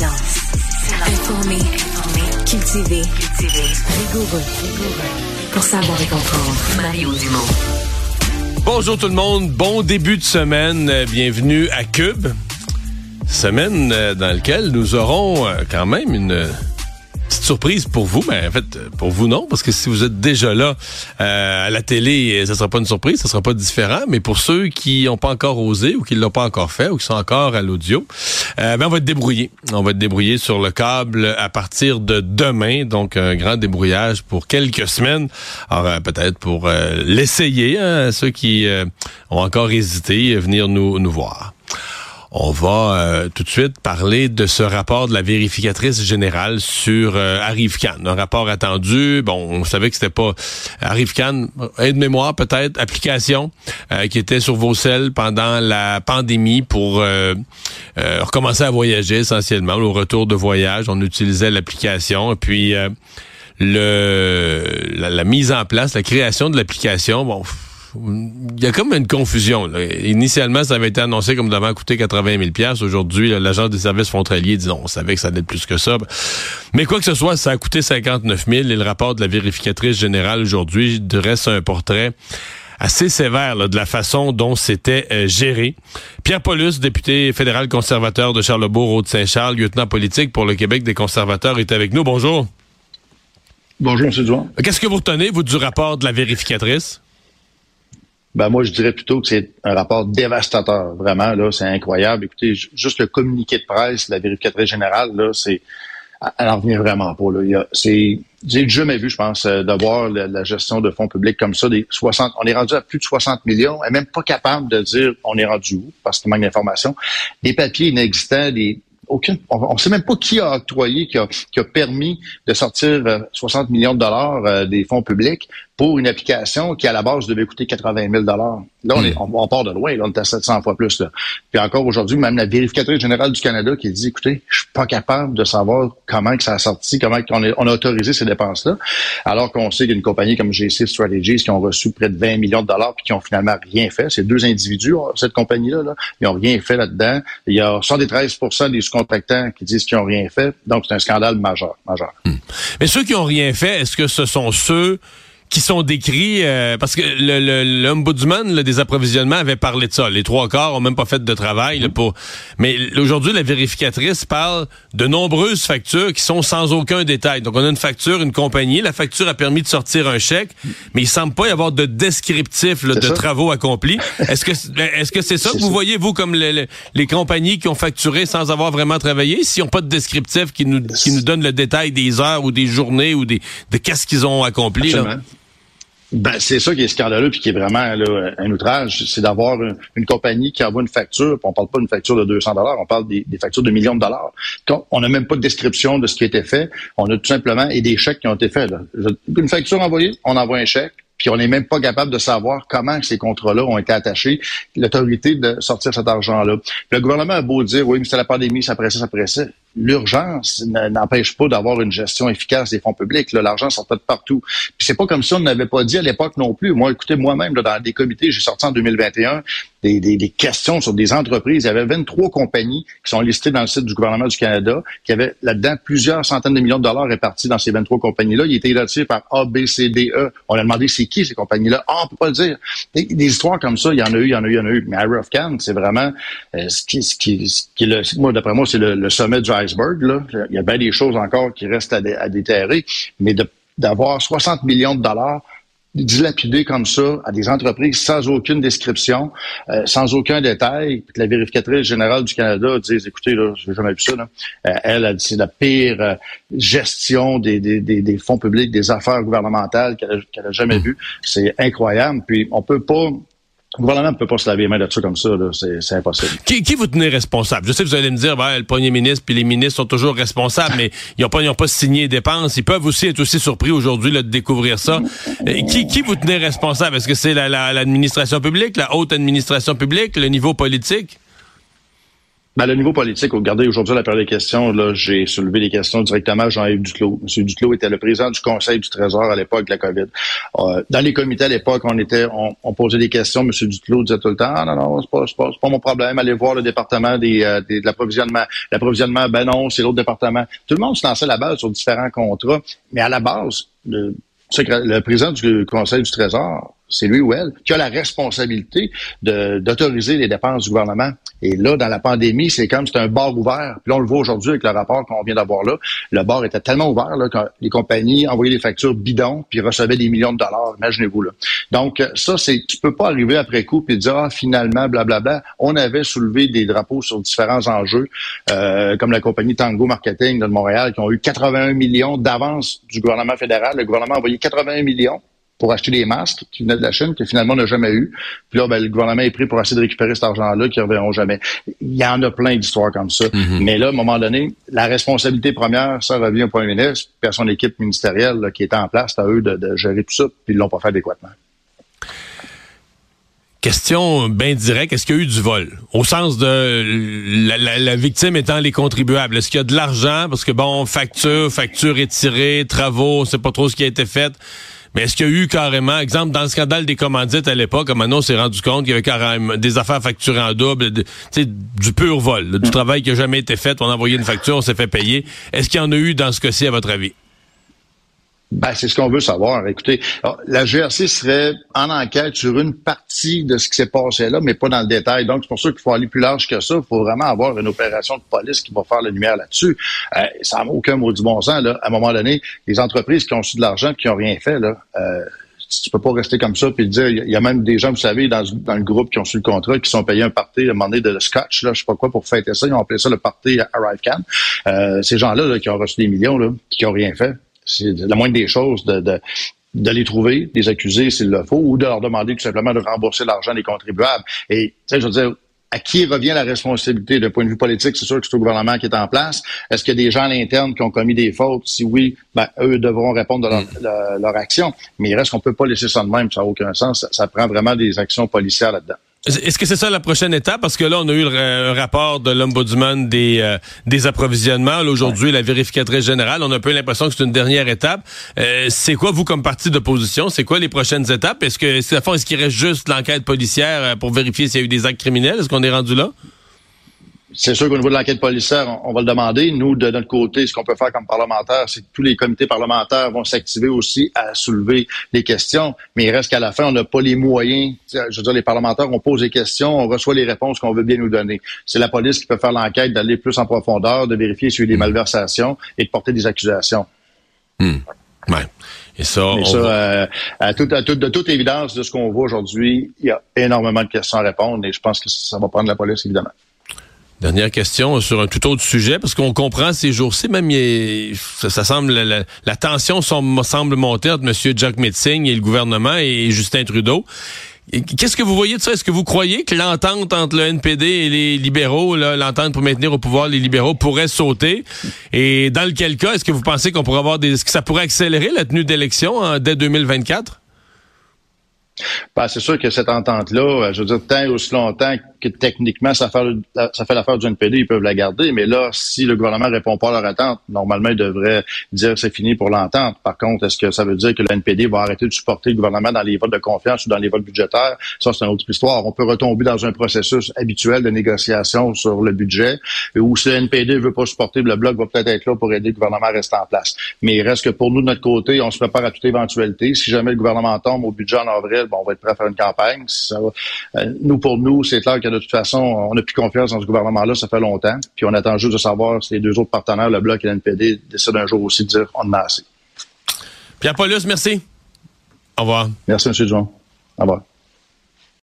Informé. Cultivé. Rigoureux. Pour savoir et comprendre. Mario Dumont. Bonjour tout le monde, bon début de semaine, bienvenue à Cube. Semaine dans laquelle nous aurons quand même une petite surprise pour vous, mais en fait pour vous non, parce que si vous êtes déjà là à la télé, ça sera pas une surprise, ça sera pas différent, mais pour ceux qui n'ont pas encore osé ou qui l'ont pas encore fait ou qui sont encore à l'audio, on va être débrouillé. On va être débrouillé sur le câble à partir de demain, donc un grand débrouillage pour quelques semaines. Alors peut-être pour l'essayer, ceux qui ont encore hésité, venir nous voir. On va tout de suite parler de ce rapport de la vérificatrice générale sur Arrive-Can. Un rapport attendu. Bon, on savait que c'était pas Arrive-Can, aide-mémoire peut-être, application qui était sur vos celles pendant la pandémie pour recommencer à voyager essentiellement. Au retour de voyage, on utilisait l'application. Et puis la mise en place, la création de l'application, bon... Il y a comme une confusion, là. Initialement, ça avait été annoncé comme devant coûter 80 000 $. Aujourd'hui, l'Agence des services frontaliers dit non, on savait que ça allait être plus que ça. Mais quoi que ce soit, ça a coûté 59 000 et le rapport de la vérificatrice générale aujourd'hui dresse un portrait assez sévère là, de la façon dont c'était géré. Pierre Paulus, député fédéral conservateur de Charlesbourg-Haute-Saint-Charles, lieutenant politique pour le Québec des conservateurs, est avec nous. Bonjour. Bonjour, M. Duan. Qu'est-ce que vous retenez, vous, du rapport de la vérificatrice? Ben moi, je dirais plutôt que c'est un rapport dévastateur. Vraiment, là, c'est incroyable. Écoutez, juste le communiqué de presse, la vérificatrice générale, là, elle en revient vraiment pas. Là. J'ai jamais vu, je pense, de voir la gestion de fonds publics comme ça. On est rendu à plus de 60 millions. Elle n'est même pas capable de dire on est rendu où, parce qu'il manque d'informations. Des papiers inexistants, on ne sait même pas qui a octroyé, qui a permis de sortir 60 millions de dollars des fonds publics pour une application qui, à la base, devait coûter 80 000 $. Là, on part de loin. Là, on est à 700 fois plus. Là. Puis encore aujourd'hui, même la vérificatrice générale du Canada qui dit, écoutez, je suis pas capable de savoir comment que ça a sorti, comment on a autorisé ces dépenses-là, alors qu'on sait qu'il y a une compagnie comme G6 Strategies qui ont reçu près de 20 millions de dollars puis qui ont finalement rien fait. C'est deux individus, cette compagnie-là, là, ils ont rien fait là-dedans. Il y a 73% des sous-contractants qui disent qu'ils ont rien fait. Donc, c'est un scandale majeur. Mais ceux qui ont rien fait, est-ce que ce sont ceux qui sont décrits, parce que l'ombudsman des approvisionnements avait parlé de ça. Les trois quarts ont même pas fait de travail là, mais aujourd'hui, la vérificatrice parle de nombreuses factures qui sont sans aucun détail. Donc, on a une facture, une compagnie. La facture a permis de sortir un chèque, mais il semble pas y avoir de descriptif là, de travaux accomplis. Est-ce que c'est ça que vous voyez, vous, comme les compagnies qui ont facturé sans avoir vraiment travaillé? S'ils n'ont pas de descriptif qui nous donne le détail des heures ou des journées ou de qu'est-ce qu'ils ont accompli? Là? Ben, c'est ça qui est scandaleux puis qui est vraiment là, un outrage, c'est d'avoir une compagnie qui envoie une facture, puis on parle pas d'une facture de 200 $, on parle des factures de millions de dollars. On n'a même pas de description de ce qui a été fait, on a tout simplement et des chèques qui ont été faits. Là. Une facture envoyée, on envoie un chèque, puis on n'est même pas capable de savoir comment ces contrats-là ont été attachés, l'autorité de sortir cet argent-là. Le gouvernement a beau dire, oui, mais c'était la pandémie, ça pressait. L'urgence n'empêche pas d'avoir une gestion efficace des fonds publics. Là, l'argent sortait de partout. Puis c'est pas comme si on n'avait pas dit à l'époque non plus. Moi, écoutez, moi-même, là, dans des comités, j'ai sorti en 2021 des questions sur des entreprises. Il y avait 23 compagnies qui sont listées dans le site du gouvernement du Canada, qui avaient là-dedans plusieurs centaines de millions de dollars répartis dans ces 23 compagnies-là. Ils étaient identifiés par A, B, C, D, E. On a demandé c'est qui ces compagnies-là. Ah, on peut pas le dire. Des histoires comme ça, il y en a eu. Mais Arrive-Can, c'est vraiment ce qui est moi, d'après moi, c'est le sommet du iceberg. Là. Il y a bien des choses encore qui restent à déterrer, mais d'avoir 60 millions de dollars dilapidés comme ça à des entreprises sans aucune description, sans aucun détail, puis que la vérificatrice générale du Canada dise, écoutez, là, j'ai jamais vu ça, là. Elle a dit c'est la pire gestion des fonds publics, des affaires gouvernementales qu'elle a jamais vues. C'est incroyable. Puis on peut pas. Le gouvernement ne peut pas se laver les mains de ça comme ça, là. C'est impossible. Qui vous tenez responsable? Je sais que vous allez me dire, le premier ministre puis les ministres sont toujours responsables, mais ils n'ont pas signé les dépenses. Ils peuvent aussi être aussi surpris aujourd'hui là, de découvrir ça. Qui vous tenez responsable? Est-ce que c'est l'administration publique, la haute administration publique, le niveau politique? Ben, le niveau politique, regardez, aujourd'hui, à la période des questions, là, j'ai soulevé des questions directement à Jean-Yves Duclos. M. Duclos était le président du Conseil du Trésor à l'époque de la COVID. Dans les comités à l'époque, on posait des questions. M. Duclos disait tout le temps, non, c'est pas mon problème. Allez voir le département de l'approvisionnement. L'approvisionnement, ben non, c'est l'autre département. Tout le monde se lançait la balle sur différents contrats. Mais à la base, le président du Conseil du Trésor, c'est lui ou elle qui a la responsabilité d'autoriser les dépenses du gouvernement. Et là, dans la pandémie, c'est un bar ouvert. Puis là, on le voit aujourd'hui avec le rapport qu'on vient d'avoir là. Le bar était tellement ouvert là, que les compagnies envoyaient des factures bidons puis recevaient des millions de dollars. Imaginez-vous là. Donc, ça, tu peux pas arriver après coup puis dire, finalement, blablabla. On avait soulevé des drapeaux sur différents enjeux, comme la compagnie Tango Marketing de Montréal, qui ont eu 81 millions d'avance du gouvernement fédéral. Le gouvernement a envoyé 81 millions pour acheter des masques qui venaient de la Chine, que finalement on n'a jamais eu. Puis là, le gouvernement est pris pour essayer de récupérer cet argent-là qui ne reverront jamais. Il y en a plein d'histoires comme ça. Mm-hmm. Mais là, à un moment donné, la responsabilité première, ça revient au premier ministre et à son équipe ministérielle là, qui était en place. C'est à eux de gérer tout ça, puis ils l'ont pas fait adéquatement. Question bien directe, est-ce qu'il y a eu du vol? Au sens de la victime étant les contribuables. Est-ce qu'il y a de l'argent? Parce que facture étirée, travaux, on ne sait pas trop ce qui a été fait. Mais est-ce qu'il y a eu carrément, exemple, dans le scandale des commandites à l'époque, comme on s'est rendu compte qu'il y avait carrément des affaires facturées en double, du pur vol, là, du travail qui n'a jamais été fait, on a envoyé une facture, on s'est fait payer. Est-ce qu'il y en a eu dans ce cas-ci, à votre avis? Ben, c'est ce qu'on veut savoir. Écoutez, la GRC serait en enquête sur une partie de ce qui s'est passé là, mais pas dans le détail. Donc, c'est pour ça qu'il faut aller plus large que ça. Il faut vraiment avoir une opération de police qui va faire la lumière là-dessus. Ça n'a aucun mot du bon sens, là. À un moment donné, les entreprises qui ont reçu de l'argent et qui n'ont rien fait, là, tu peux pas rester comme ça puis dire, il y a même des gens, vous savez, dans le groupe qui ont reçu le contrat, qui sont payés un party, à un moment donné, de scotch, là, je sais pas quoi, pour fêter ça. Ils ont appelé ça le party ArriveCan. Ces gens-là, là, qui ont reçu des millions, là, qui n'ont rien fait. C'est la moindre des choses de les trouver, des accuser s'il le faut, ou de leur demander tout simplement de rembourser l'argent des contribuables. Et, tu sais, je veux dire, à qui revient la responsabilité d'un point de vue politique? C'est sûr que c'est au gouvernement qui est en place. Est-ce qu'il y a des gens à l'interne qui ont commis des fautes? Si oui, ben, eux devront répondre de leur action. Mais il reste qu'on peut pas laisser ça de même, ça n'a aucun sens. Ça prend vraiment des actions policières là-dedans. Est-ce que c'est ça la prochaine étape? Parce que là, on a eu un rapport de l'Ombudsman des approvisionnements. Là, aujourd'hui, la vérificatrice générale, on a un peu l'impression que c'est une dernière étape. C'est quoi, vous, comme parti d'opposition? C'est quoi les prochaines étapes? Est-ce qu'il reste juste l'enquête policière pour vérifier s'il y a eu des actes criminels? Est-ce qu'on est rendu là? C'est sûr qu'au niveau de l'enquête policière, on va le demander. Nous, de notre côté, ce qu'on peut faire comme parlementaire, c'est que tous les comités parlementaires vont s'activer aussi à soulever les questions. Mais il reste qu'à la fin, on n'a pas les moyens. Je veux dire, les parlementaires, on pose des questions, on reçoit les réponses qu'on veut bien nous donner. C'est la police qui peut faire l'enquête, d'aller plus en profondeur, de vérifier s'il y a eu des malversations et de porter des accusations. Ouais. Et ça, de toute évidence, de ce qu'on voit aujourd'hui, il y a énormément de questions à répondre et je pense que ça va prendre la police, évidemment. Dernière question sur un tout autre sujet, parce qu'on comprend ces jours-ci, même ça semble la tension semble monter entre M. Jack Metzing et le gouvernement et Justin Trudeau. Qu'est-ce que vous voyez de ça? Est-ce que vous croyez que l'entente entre le NPD et les libéraux, là, l'entente pour maintenir au pouvoir les libéraux, pourrait sauter? Et dans lequel cas, est-ce que vous pensez qu'on pourrait avoir est-ce que ça pourrait accélérer la tenue d'élections dès 2024? Ben, c'est sûr que cette entente-là, je veux dire, tant et aussi longtemps que techniquement ça fait l'affaire du NPD, ils peuvent la garder. Mais là, si le gouvernement répond pas à leur attente, normalement, il devrait dire c'est fini pour l'entente. Par contre, est-ce que ça veut dire que le NPD va arrêter de supporter le gouvernement dans les votes de confiance ou dans les votes budgétaires? Ça, c'est une autre histoire. On peut retomber dans un processus habituel de négociation sur le budget, où si le NPD veut pas supporter, le Bloc va peut-être être là pour aider le gouvernement à rester en place. Mais il reste que pour nous, de notre côté, on se prépare à toute éventualité. Si jamais le gouvernement tombe au budget en avril, on va être prêt à faire une campagne. Ça va. Pour nous, c'est clair que de toute façon, on n'a plus confiance dans ce gouvernement-là, ça fait longtemps. Puis on attend juste de savoir si les deux autres partenaires, le Bloc et l'NPD, décident un jour aussi de dire on en a assez. Pierre Paulus, merci. Au revoir. Merci, M. Duhon. Au revoir.